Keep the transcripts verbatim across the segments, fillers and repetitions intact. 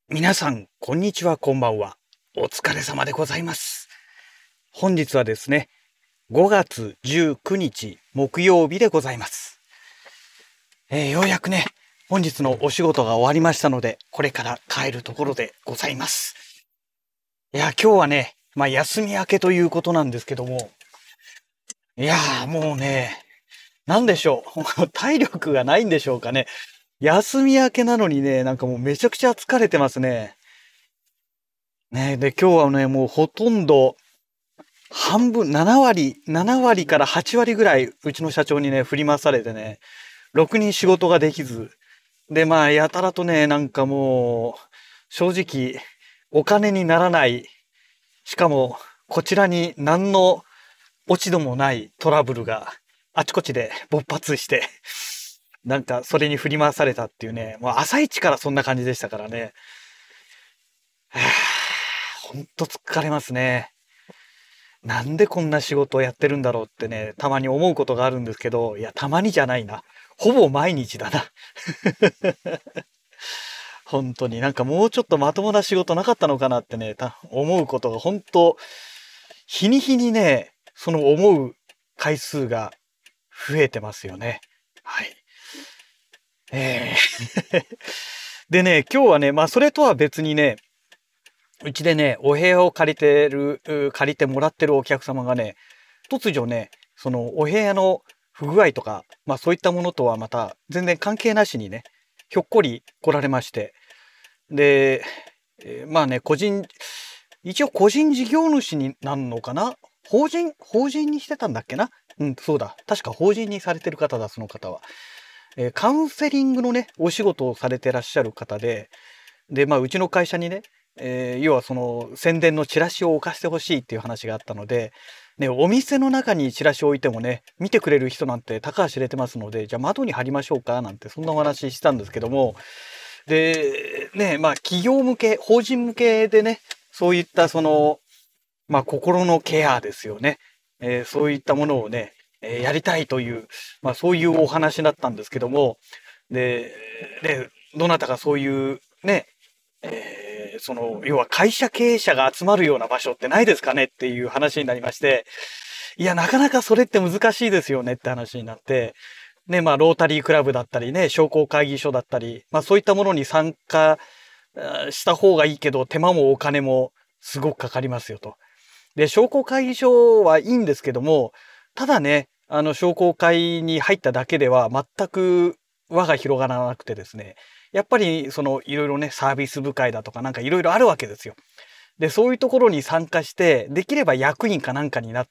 皆さん、こんにちは、こんばんは。お疲れ様でございます。本日はですね、ごがつじゅうくにち木曜日でございます。えーようやくね、本日のお仕事が終わりましたので、これから帰るところでございます。いや、今日はね、まあ休み明けということなんですけども、いやーもうね、なんでしょう。体力がないんでしょうかね。休み明けなのにね、なんかもうめちゃくちゃ疲れてますね。ね、で、今日はね、もうほとんど、半分、ななわり、ななわりからはちわりぐらい、うちの社長にね、振り回されてね、ろくに仕事ができず。で、まあ、やたらとね、なんかもう、正直、お金にならない、しかも、こちらに何の落ち度もないトラブルが、あちこちで勃発して、なんか、それに振り回されたっていうね、もう朝一からそんな感じでしたからね。はぁ、ほんと疲れますね。なんでこんな仕事をやってるんだろうってね、たまに思うことがあるんですけど、いや、たまにじゃないな。ほぼ毎日だな。本当になんかもうちょっとまともな仕事なかったのかなってね、た思うことが本当、日に日にね、その思う回数が増えてますよね。はい。えーでね、今日はね、まあそれとは別にね、うちでね、お部屋を借りてる、う借りてもらってるお客様がね、突如ね、そのお部屋の不具合とか、まあそういったものとはまた全然関係なしにね、ひょっこり来られまして、で、えーまあね、個人、一応個人事業主になるのかな。法人、法人にしてたんだっけな。うん、そうだ。確か法人にされてる方だ、その方は。えーカウンセリングのね、お仕事をされてらっしゃる方で、で、まあ、うちの会社にね、えー要はその宣伝のチラシを置かせてほしいっていう話があったので、ね、お店の中にチラシを置いてもね、見てくれる人なんて高橋知れてますので、じゃあ窓に貼りましょうかなんてそんなお話ししたんですけども、で、ね、まあ企業向け、法人向けでね、そういったその、まあ心のケアですよね。えーそういったものをね、えーやりたいという、まあそういうお話だったんですけども、で、で、どなたかそういうね、えーその、要は会社経営者が集まるような場所ってないですかねっていう話になりまして、いや、なかなかそれって難しいですよねって話になって、ね、まあ、ロータリークラブだったりね、商工会議所だったり、まあ、そういったものに参加あした方がいいけど、手間もお金もすごくかかりますよと。で、商工会議所はいいんですけども、ただね、あの、商工会に入っただけでは全く輪が広がらなくてですね、やっぱりそのいろいろね、サービス部会だとかなんかいろいろあるわけですよ。で、そういうところに参加して、できれば役員かなんかになって、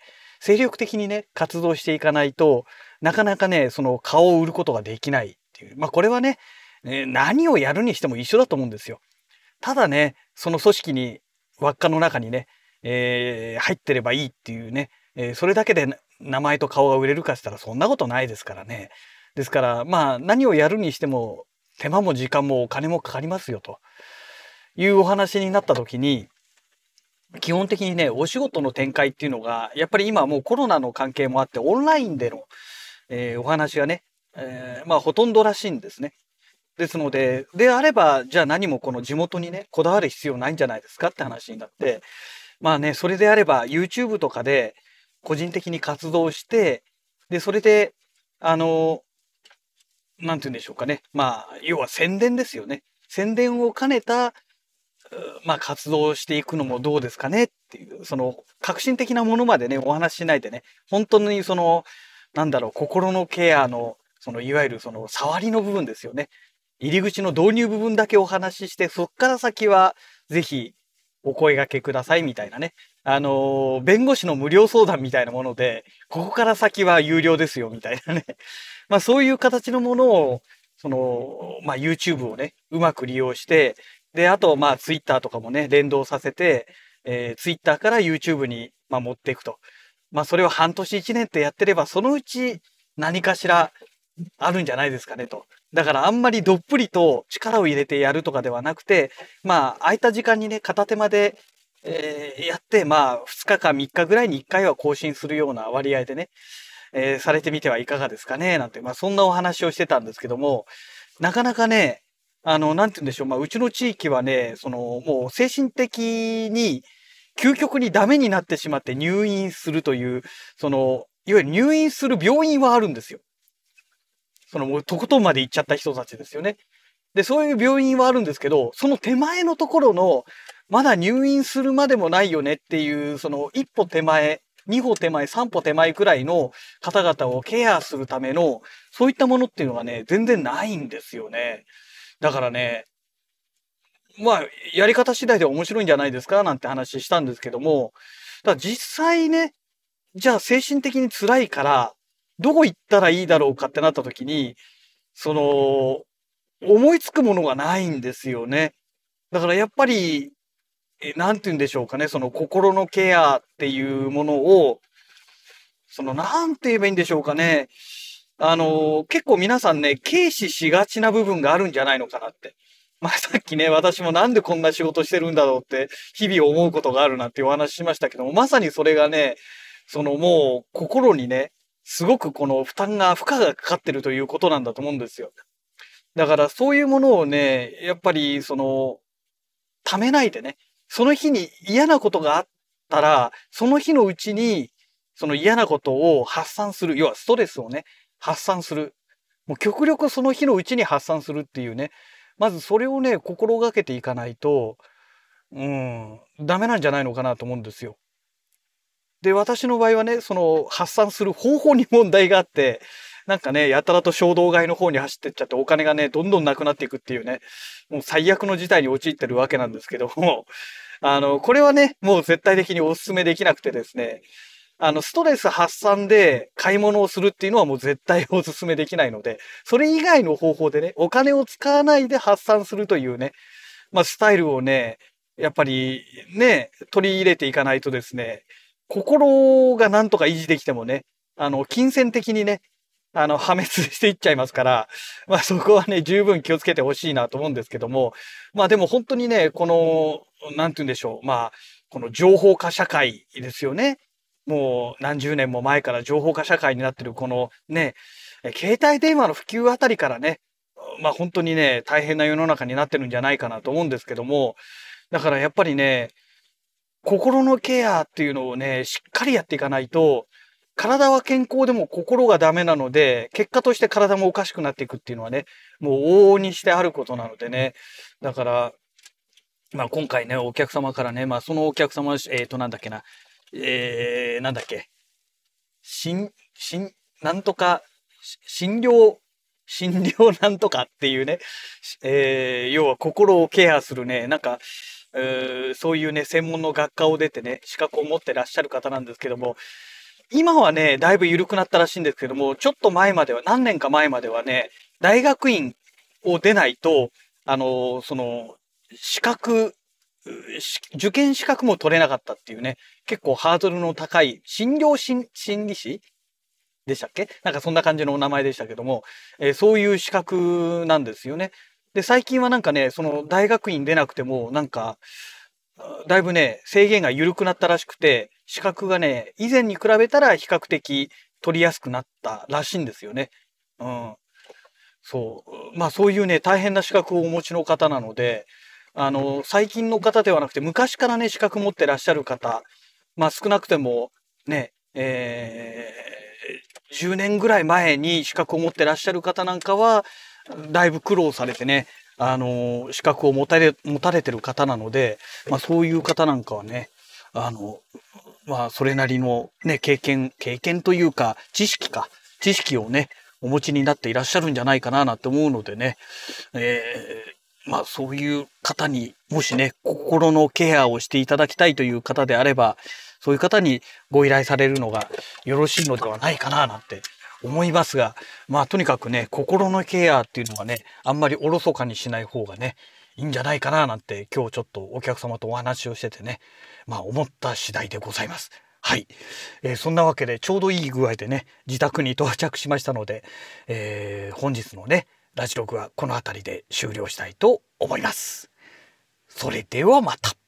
精力的にね、活動していかないと、なかなかね、その顔を売ることができないっていう。まあこれはね、えー何をやるにしても一緒だと思うんですよ。ただね、その組織に、輪っかの中にね、えー入ってればいいっていうね、えーそれだけでな名前と顔が売れるかしたらそんなことないですからね。ですから、まあ何をやるにしても手間も時間もお金もかかりますよというお話になった時に、基本的にね、お仕事の展開っていうのが、やっぱり今もうコロナの関係もあって、オンラインでの、えーお話がね、えーまあほとんどらしいんですね。ですので、であれば、じゃあ何もこの地元にね、こだわる必要ないんじゃないですかって話になって、まあね、それであれば YouTube とかで個人的に活動して、で、それで、あの、なんて言うんでしょうかね。まあ、要は宣伝ですよね。宣伝を兼ねた、まあ、活動をしていくのもどうですかねっていう、その、革新的なものまでね、お話ししないでね、本当にその、なんだろう、心のケアの、その、いわゆるその、触りの部分ですよね。入り口の導入部分だけお話しして、そっから先は、ぜひ、お声掛けくださいみたいなね。あのー弁護士の無料相談みたいなもので、ここから先は有料ですよみたいなね。まあそういう形のものを、その、まあ YouTube をね、うまく利用して、で、あと、まあ Twitter とかもね、連動させて、えー、Twitter から YouTube に、まあ、持っていくと。まあそれを半年一年ってやってれば、そのうち何かしらあるんじゃないですかねと。だからあんまりどっぷりと力を入れてやるとかではなくて、まあ空いた時間にね、片手間で、えーやって、まあふつかかみっかぐらいにいっかいは更新するような割合でね、えーされてみてはいかがですかねなんて、まあそんなお話をしてたんですけども、なかなかね、 あの、なんて言うんでしょう、まあ、うちの地域はね、その、もう精神的に究極にダメになってしまって入院するという、その、いわゆる入院する病院はあるんですよ。その、もうとことんまで行っちゃった人たちですよね。で、そういう病院はあるんですけど、その手前のところの、まだ入院するまでもないよねっていう、その一歩手前、二歩手前、三歩手前くらいの方々をケアするための、そういったものっていうのがね、全然ないんですよね。だからね、まあ、やり方次第で面白いんじゃないですかなんて話したんですけども、ただ実際ね、じゃあ精神的に辛いから、どこ行ったらいいだろうかってなった時に、その、思いつくものがないんですよね。だからやっぱり、え、なんて言うんでしょうかね、その心のケアっていうものを、その、なんて言えばいいんでしょうかね。あの、結構皆さんね、軽視しがちな部分があるんじゃないのかなって。まあ、さっきね、私もなんでこんな仕事してるんだろうって、日々思うことがあるなっていうお話ししましたけども、まさにそれがね、そのもう心にね、すごくこの負担が、負荷がかかってるということなんだと思うんですよ。だからそういうものをね、やっぱりその、溜めないでね、その日に嫌なことがあったら、その日のうちに、その嫌なことを発散する。要はストレスをね、発散する。もう極力その日のうちに発散するっていうね。まずそれをね、心がけていかないと、うん、ダメなんじゃないのかなと思うんですよ。で、私の場合はね、その発散する方法に問題があって、なんかね、やたらと衝動買いの方に走ってっちゃってお金がね、どんどんなくなっていくっていうね、もう最悪の事態に陥ってるわけなんですけども、あの、これはね、もう絶対的にお勧めできなくてですね、あの、ストレス発散で買い物をするっていうのはもう絶対お勧めできないので、それ以外の方法でね、お金を使わないで発散するというね、まあ、スタイルをね、やっぱりね、取り入れていかないとですね、心がなんとか維持できてもね、あの、金銭的にね、あの、破滅していっちゃいますから、まあそこはね、十分気をつけてほしいなと思うんですけども、まあでも本当にね、この、なんて言うんでしょう、まあ、この情報化社会ですよね。もう何十年も前から情報化社会になってるこのね、え携帯電話の普及あたりからね、まあ本当にね、大変な世の中になってるんじゃないかなと思うんですけども、だからやっぱりね、心のケアっていうのをね、しっかりやっていかないと、体は健康でも心がダメなので、結果として体もおかしくなっていくっていうのはね、もう往々にしてあることなのでね。だから、まあ今回ね、お客様からね、まあそのお客様は、えっとなんだっけな、えー、なんだっけ、診、診、なんとか、し診療、診療なんとかっていうね、えー、要は心をケアするね、なんか、うーそういうね、専門の学科を出てね、資格を持ってらっしゃる方なんですけども、今はね、だいぶ緩くなったらしいんですけども、ちょっと前までは、何年か前まではね、大学院を出ないと、あの、その、資格、し受験資格も取れなかったっていうね、結構ハードルの高い診療心心理士でしたっけ、なんかそんな感じのお名前でしたけども、えーそういう資格なんですよね。で、最近はなんかね、その大学院出なくても、なんか、だいぶね、制限が緩くなったらしくて、資格がね、以前に比べたら比較的取りやすくなったらしいんですよね。うん。そう。まあそういうね、大変な資格をお持ちの方なので、あの、最近の方ではなくて、昔からね、資格持ってらっしゃる方、まあ少なくても、ね、えー、じゅうねんぐらい前に資格を持ってらっしゃる方なんかは、だいぶ苦労されてね、あの、資格を持たれ、持たれてる方なので、まあそういう方なんかはね、あの、まあそれなりのね、経験、経験というか、知識か、知識をね、お持ちになっていらっしゃるんじゃないかななんて思うのでね、えー、まあそういう方にもしね、心のケアをしていただきたいという方であれば、そういう方にご依頼されるのがよろしいのではないかななんて思いますが、まあとにかくね、心のケアっていうのはね、あんまりおろそかにしない方がね、いいんじゃないかななんて今日ちょっとお客様とお話をしててね、まあ思った次第でございます。はい、えーそんなわけでちょうどいい具合でね、自宅に到着しましたので、えー本日のね、ラジログはこの辺りで終了したいと思います。それではまた。